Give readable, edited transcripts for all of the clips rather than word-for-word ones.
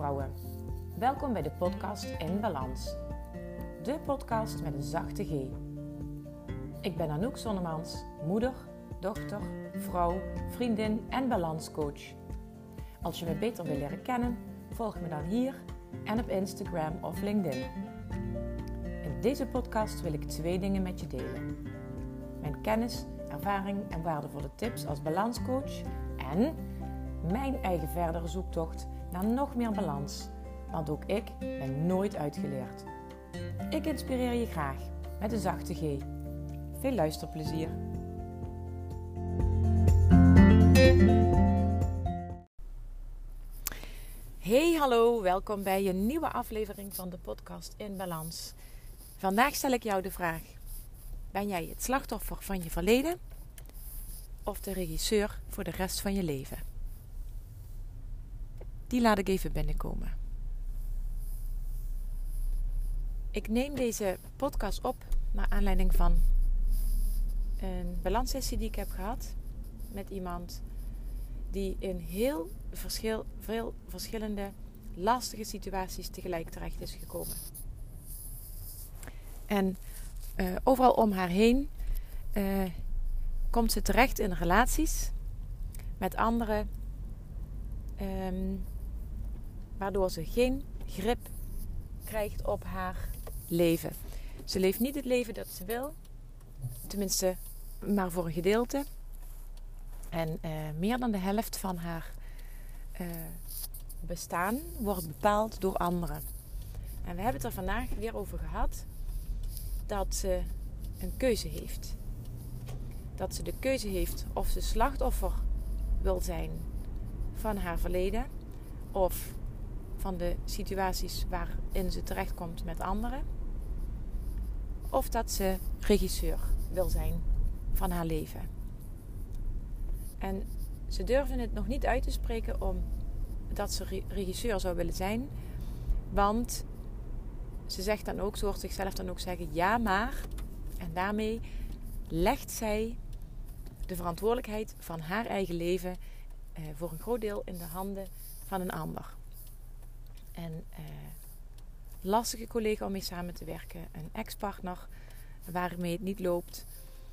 vrouwen. Welkom bij de podcast In Balans. De podcast met een zachte G. Ik ben Anouk Zonnemans, moeder, dochter, vrouw, vriendin en balanscoach. Als je me beter wil leren kennen, volg me dan hier en op Instagram of LinkedIn. In deze podcast wil ik 2 dingen met je delen. Mijn kennis, ervaring en waardevolle tips als balanscoach en mijn eigen verdere zoektocht naar nog meer balans. Want ook ik ben nooit uitgeleerd. Ik inspireer je graag met een zachte G. Veel luisterplezier. Hey, hallo. Welkom bij een nieuwe aflevering van de podcast In Balans. Vandaag stel ik jou de vraag: ben jij het slachtoffer van je verleden of de regisseur voor de rest van je leven? Die laat ik even binnenkomen. Ik neem deze podcast op naar aanleiding van een balanssessie die ik heb gehad met iemand die in veel verschillende lastige situaties tegelijk terecht is gekomen. En overal om haar heen komt ze terecht in relaties met anderen, waardoor ze geen grip krijgt op haar leven. Ze leeft niet het leven dat ze wil, tenminste maar voor een gedeelte. En meer dan de helft van haar bestaan wordt bepaald door anderen. En we hebben het er vandaag weer over gehad dat ze een keuze heeft. Dat ze de keuze heeft of ze slachtoffer wil zijn van haar verleden of van de situaties waarin ze terechtkomt met anderen. Of dat ze regisseur wil zijn van haar leven. En ze durven het nog niet uit te spreken dat ze regisseur zou willen zijn. Want ze zegt dan ook, ze hoort zichzelf dan ook zeggen, ja maar. En daarmee legt zij de verantwoordelijkheid van haar eigen leven voor een groot deel in de handen van een ander. En lastige collega om mee samen te werken. Een ex-partner waarmee het niet loopt.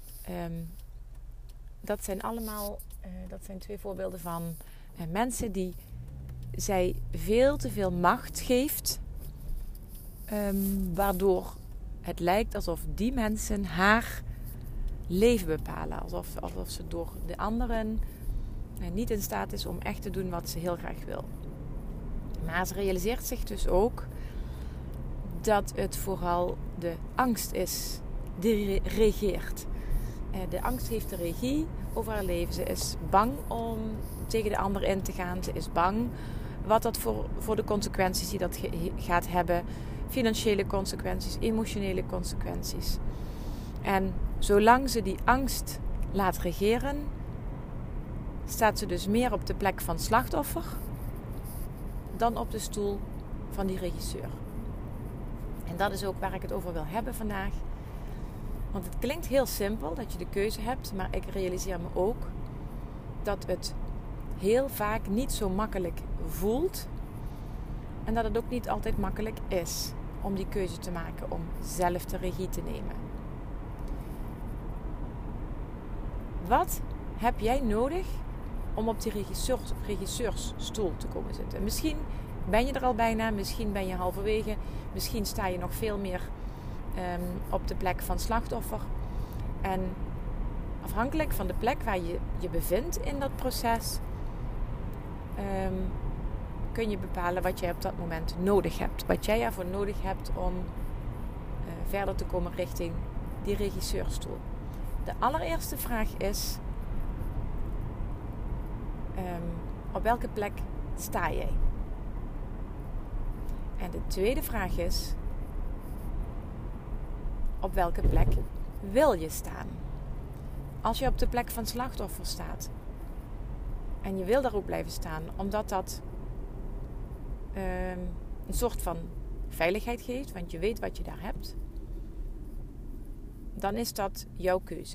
Dat zijn 2 voorbeelden van mensen die zij veel te veel macht geeft. Waardoor het lijkt alsof die mensen haar leven bepalen. Alsof ze door de anderen niet in staat is om echt te doen wat ze heel graag wil. Maar ze realiseert zich dus ook dat het vooral de angst is die regeert. De angst heeft de regie over haar leven. Ze is bang om tegen de ander in te gaan. Ze is bang wat dat voor de consequenties die dat gaat hebben. Financiële consequenties, emotionele consequenties. En zolang ze die angst laat regeren, staat ze dus meer op de plek van slachtoffer dan op de stoel van die regisseur. En dat is ook waar ik het over wil hebben vandaag. Want het klinkt heel simpel dat je de keuze hebt, maar ik realiseer me ook dat het heel vaak niet zo makkelijk voelt. En dat het ook niet altijd makkelijk is om die keuze te maken, om zelf de regie te nemen. Wat heb jij nodig om op die regisseursstoel te komen zitten? Misschien ben je er al bijna, misschien ben je halverwege, misschien sta je nog veel meer op de plek van slachtoffer. En afhankelijk van de plek waar je je bevindt in dat proces, kun je bepalen wat jij op dat moment nodig hebt. Wat jij ervoor nodig hebt om verder te komen richting die regisseurstoel. De allereerste vraag is: op welke plek sta jij? En de tweede vraag is: op welke plek wil je staan? Als je op de plek van slachtoffer staat en je wil daar ook blijven staan, omdat dat een soort van veiligheid geeft, want je weet wat je daar hebt, dan is dat jouw keuze.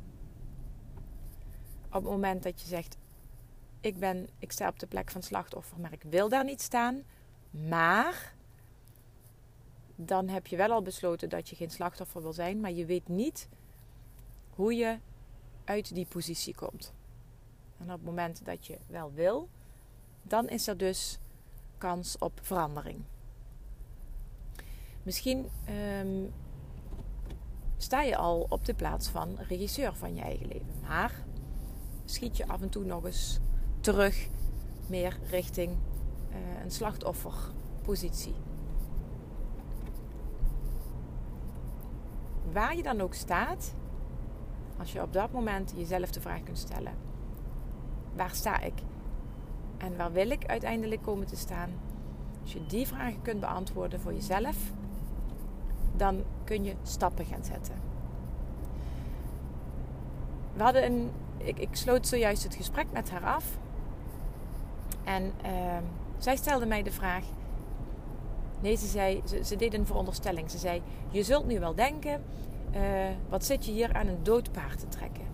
Op het moment dat je zegt: ik sta op de plek van slachtoffer, maar ik wil daar niet staan, Maar dan heb je wel al besloten dat je geen slachtoffer wil zijn, maar je weet niet hoe je uit die positie komt. En op het moment dat je wel wil, dan is er dus kans op verandering. Misschien sta je al op de plaats van regisseur van je eigen leven. Maar schiet je af en toe nog eens terug meer richting een slachtofferpositie. Waar je dan ook staat, als je op dat moment jezelf de vraag kunt stellen: waar sta ik? En waar wil ik uiteindelijk komen te staan? Als je die vragen kunt beantwoorden voor jezelf, dan kun je stappen gaan zetten. Ik sloot zojuist het gesprek met haar af. En zij stelde mij de vraag. Nee, ze deed een veronderstelling. Ze zei: je zult nu wel denken, wat zit je hier aan een dood paard te trekken?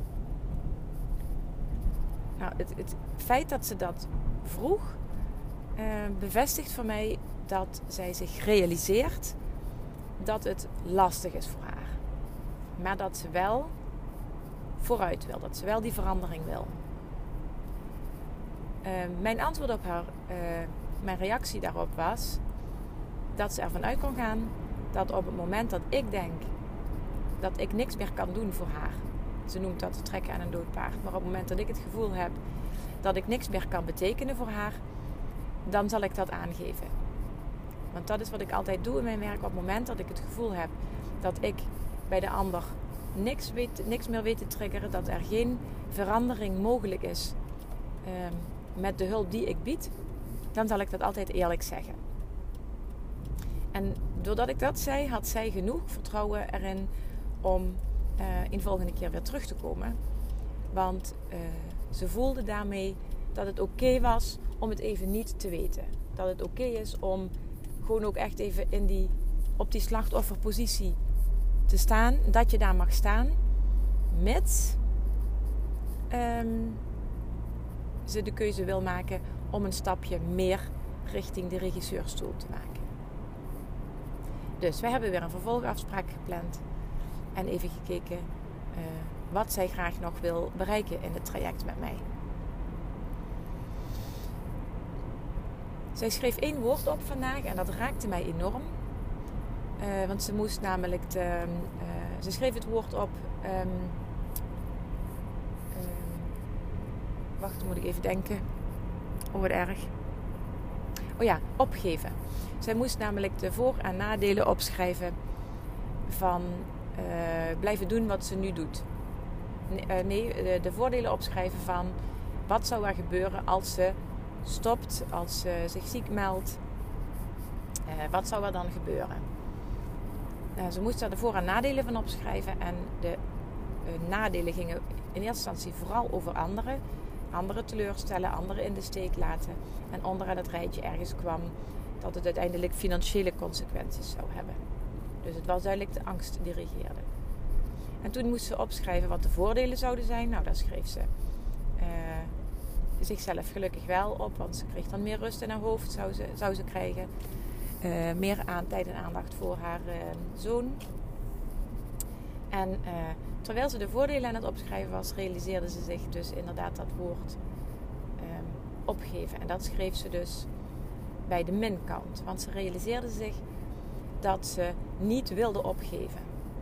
Nou, het feit dat ze dat vroeg, bevestigt voor mij dat zij zich realiseert dat het lastig is voor haar. Maar dat ze wel vooruit wil. Dat ze wel die verandering wil. Mijn antwoord op haar, mijn reactie daarop was dat ze ervan uit kon gaan dat op het moment dat ik denk dat ik niks meer kan doen voor haar. Ze noemt dat trekken aan een dood paard. Maar op het moment dat ik het gevoel heb dat ik niks meer kan betekenen voor haar, dan zal ik dat aangeven. Want dat is wat ik altijd doe in mijn werk. Op het moment dat ik het gevoel heb dat ik bij de ander niks meer weet te triggeren, dat er geen verandering mogelijk is met de hulp die ik bied, dan zal ik dat altijd eerlijk zeggen. En doordat ik dat zei, had zij genoeg vertrouwen erin om een volgende keer weer terug te komen. Want ze voelde daarmee dat het oké was om het even niet te weten. Dat het oké is om gewoon ook echt even op die slachtofferpositie te staan. Dat je daar mag staan. Mits ze de keuze wil maken om een stapje meer richting de regisseurstoel te maken. Dus wij hebben weer een vervolgafspraak gepland. En even gekeken wat zij graag nog wil bereiken in het traject met mij. Zij schreef 1 woord op vandaag en dat raakte mij enorm. Want ze moest namelijk ze schreef het woord op. Wacht, moet ik even denken. Oh, wat erg. Oh ja, opgeven. Zij moest namelijk de voor- en nadelen opschrijven van blijven doen wat ze nu doet. De voordelen opschrijven van wat zou er gebeuren als ze stopt, als ze zich ziek meldt. Wat zou er dan gebeuren? Ze moest daar de voor- en nadelen van opschrijven. En de nadelen gingen in eerste instantie vooral over anderen. Anderen teleurstellen, anderen in de steek laten. En onderaan het rijtje ergens kwam dat het uiteindelijk financiële consequenties zou hebben. Dus het was duidelijk de angst die regeerde. En toen moest ze opschrijven wat de voordelen zouden zijn. Nou, daar schreef ze zichzelf gelukkig wel op. Want ze kreeg dan meer rust in haar hoofd, zou ze krijgen. Meer tijd en aandacht voor haar zoon. En terwijl ze de voordelen aan het opschrijven was, realiseerde ze zich dus inderdaad dat woord opgeven. En dat schreef ze dus bij de minkant. Want ze realiseerde zich dat ze niet wilde opgeven.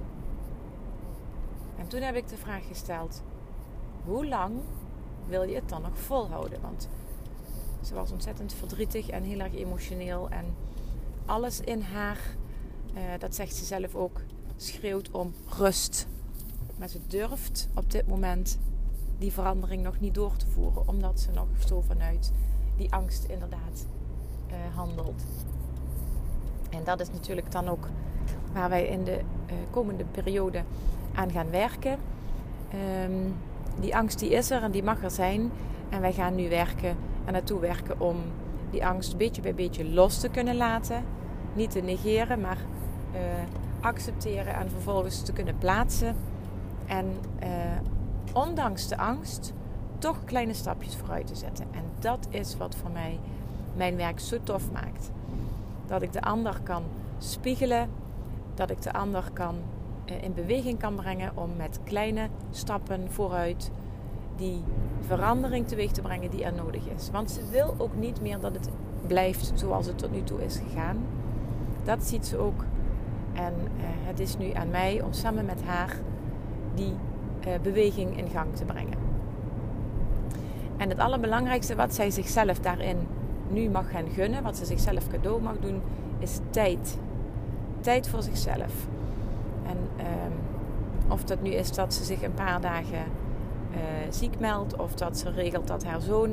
En toen heb ik de vraag gesteld: hoe lang wil je het dan nog volhouden? Want ze was ontzettend verdrietig en heel erg emotioneel. En alles in haar, dat zegt ze zelf ook, schreeuwt om rust. Maar ze durft op dit moment die verandering nog niet door te voeren. Omdat ze nog zo vanuit die angst inderdaad handelt. En dat is natuurlijk dan ook waar wij in de komende periode aan gaan werken. Die angst die is er en die mag er zijn. En wij gaan nu werken en naartoe werken om die angst beetje bij beetje los te kunnen laten. Niet te negeren, maar accepteren en vervolgens te kunnen plaatsen. En ondanks de angst toch kleine stapjes vooruit te zetten. En dat is wat voor mij mijn werk zo tof maakt. Dat ik de ander kan spiegelen. Dat ik de ander in beweging kan brengen om met kleine stappen vooruit die verandering teweeg te brengen die er nodig is. Want ze wil ook niet meer dat het blijft zoals het tot nu toe is gegaan. Dat ziet ze ook. En het is nu aan mij om samen met haar die beweging in gang te brengen. En het allerbelangrijkste wat zij zichzelf daarin nu mag gaan gunnen, wat ze zichzelf cadeau mag doen, is tijd. Tijd voor zichzelf. En of dat nu is dat ze zich een paar dagen ziek meldt, of dat ze regelt dat haar zoon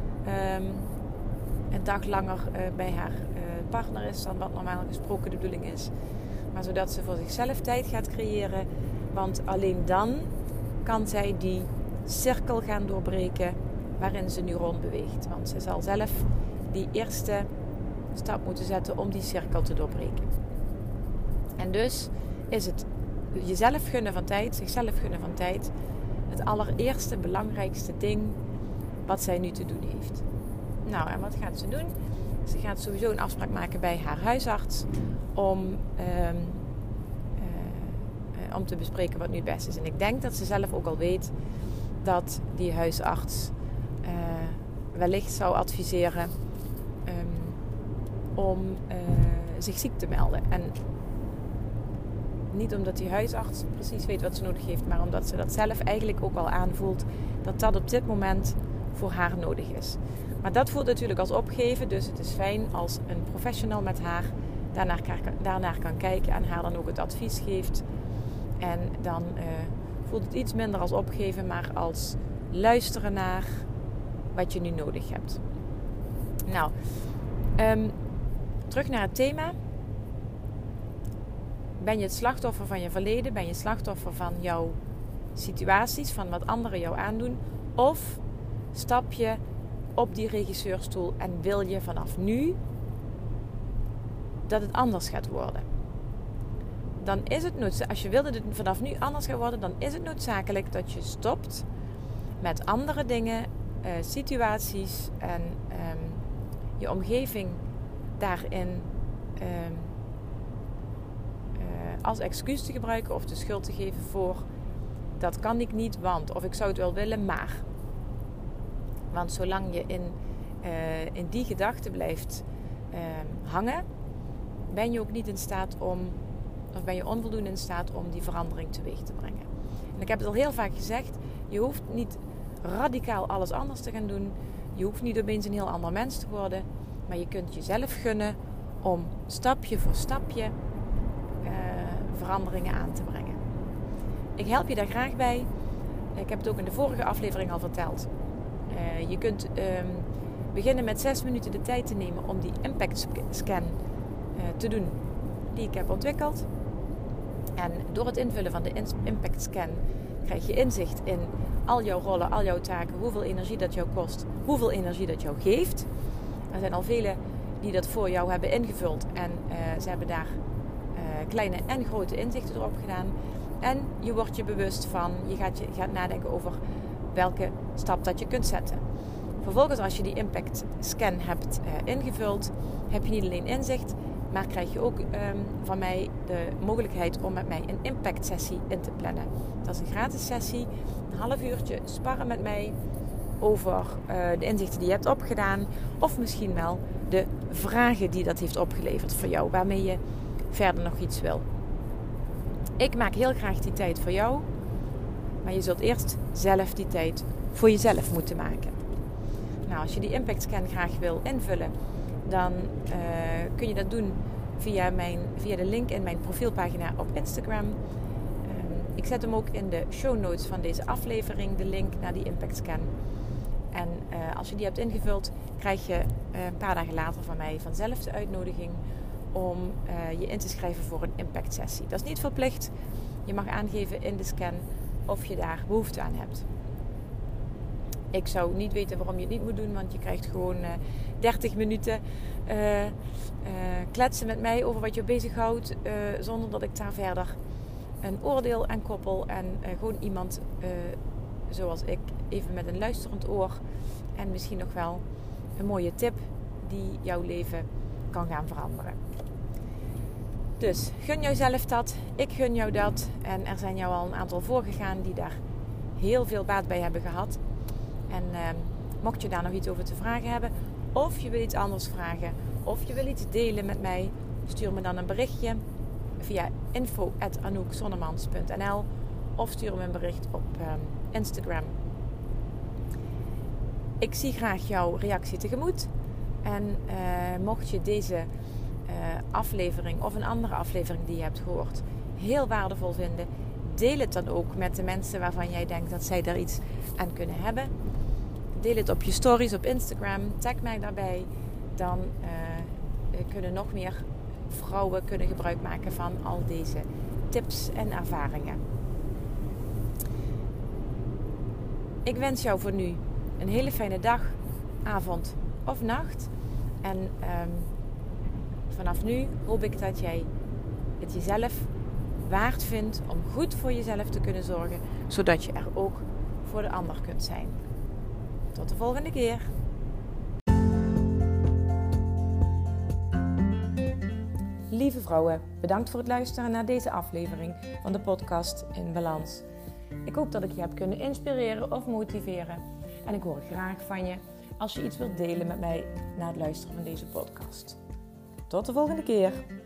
een dag langer bij haar partner is dan wat normaal gesproken de bedoeling is. Maar zodat ze voor zichzelf tijd gaat creëren. Want alleen dan kan zij die cirkel gaan doorbreken waarin ze nu rond beweegt. Want ze zal zelf die eerste stap moeten zetten om die cirkel te doorbreken. En dus is het jezelf gunnen van tijd, zichzelf gunnen van tijd, het allereerste belangrijkste ding wat zij nu te doen heeft. Nou, en wat gaat ze doen? Ze gaat sowieso een afspraak maken bij haar huisarts om te bespreken wat nu het beste is. En ik denk dat ze zelf ook al weet dat die huisarts wellicht zou adviseren om zich ziek te melden. En niet omdat die huisarts precies weet wat ze nodig heeft, maar omdat ze dat zelf eigenlijk ook al aanvoelt dat dat op dit moment voor haar nodig is. Maar dat voelt natuurlijk als opgeven, dus het is fijn als een professional met haar daarnaar kan kijken en haar dan ook het advies geeft. En dan voelt het iets minder als opgeven, maar als luisteren naar wat je nu nodig hebt. Nou, terug naar het thema. Ben je het slachtoffer van je verleden? Ben je slachtoffer van jouw situaties, van wat anderen jou aandoen? Of stap je op die regisseurstoel en wil je vanaf nu dat het anders gaat worden? Dan is het noodzakelijk, als je wil dat het vanaf nu anders gaat worden, dan is het noodzakelijk dat je stopt met andere dingen, situaties en je omgeving daarin als excuus te gebruiken of de schuld te geven voor dat kan ik niet, want of ik zou het wel willen, maar. Want zolang je in die gedachte blijft hangen, ben je ook niet in staat of ben je onvoldoende in staat om die verandering teweeg te brengen. En ik heb het al heel vaak gezegd, je hoeft niet radicaal alles anders te gaan doen. Je hoeft niet opeens een heel ander mens te worden. Maar je kunt jezelf gunnen om stapje voor stapje veranderingen aan te brengen. Ik help je daar graag bij. Ik heb het ook in de vorige aflevering al verteld. Je kunt beginnen met 6 minuten de tijd te nemen om die impact scan te doen die ik heb ontwikkeld. En door het invullen van de impact scan krijg je inzicht in al jouw rollen, al jouw taken, hoeveel energie dat jou kost, hoeveel energie dat jou geeft. Er zijn al velen die dat voor jou hebben ingevuld en ze hebben daar kleine en grote inzichten erop gedaan. En je wordt je bewust van, je gaat nadenken over welke stap dat je kunt zetten. Vervolgens, als je die impact scan hebt ingevuld, heb je niet alleen inzicht, maar krijg je ook van mij de mogelijkheid om met mij een impact sessie in te plannen. Dat is een gratis sessie, een half uurtje sparren met mij over de inzichten die je hebt opgedaan. Of misschien wel de vragen die dat heeft opgeleverd voor jou, waarmee je verder nog iets wil. Ik maak heel graag die tijd voor jou, maar je zult eerst zelf die tijd voor jezelf moeten maken. Nou, als je die impact scan graag wil invullen, dan kun je dat doen via de link in mijn profielpagina op Instagram. Ik zet hem ook in de show notes van deze aflevering, de link naar die impact scan. En als je die hebt ingevuld, krijg je een paar dagen later van mij vanzelf de uitnodiging om je in te schrijven voor een impact sessie. Dat is niet verplicht. Je mag aangeven in de scan of je daar behoefte aan hebt. Ik zou niet weten waarom je het niet moet doen, want je krijgt gewoon 30 minuten kletsen met mij over wat je bezighoudt, zonder dat ik daar verder een oordeel aan koppel. En gewoon iemand zoals ik, even met een luisterend oor en misschien nog wel een mooie tip die jouw leven kan gaan veranderen. Dus gun jouzelf dat. Ik gun jou dat. En er zijn jou al een aantal voorgegaan die daar heel veel baat bij hebben gehad. En mocht je daar nog iets over te vragen hebben, of je wil iets anders vragen, of je wil iets delen met mij, stuur me dan een berichtje via info@anoukzonnemans.nl of stuur me een bericht op Instagram. Ik zie graag jouw reactie tegemoet. En mocht je deze aflevering of een andere aflevering die je hebt gehoord heel waardevol vinden, deel het dan ook met de mensen waarvan jij denkt dat zij daar iets aan kunnen hebben. Deel het op je stories op Instagram. Tag mij daarbij. Dan kunnen nog meer vrouwen gebruik maken van al deze tips en ervaringen. Ik wens jou voor nu een hele fijne dag, avond of nacht. En vanaf nu hoop ik dat jij het jezelf waard vindt om goed voor jezelf te kunnen zorgen, zodat je er ook voor de ander kunt zijn. Tot de volgende keer. Lieve vrouwen, bedankt voor het luisteren naar deze aflevering van de podcast In Balans. Ik hoop dat ik je heb kunnen inspireren of motiveren. En ik hoor graag van je als je iets wilt delen met mij na het luisteren van deze podcast. Tot de volgende keer.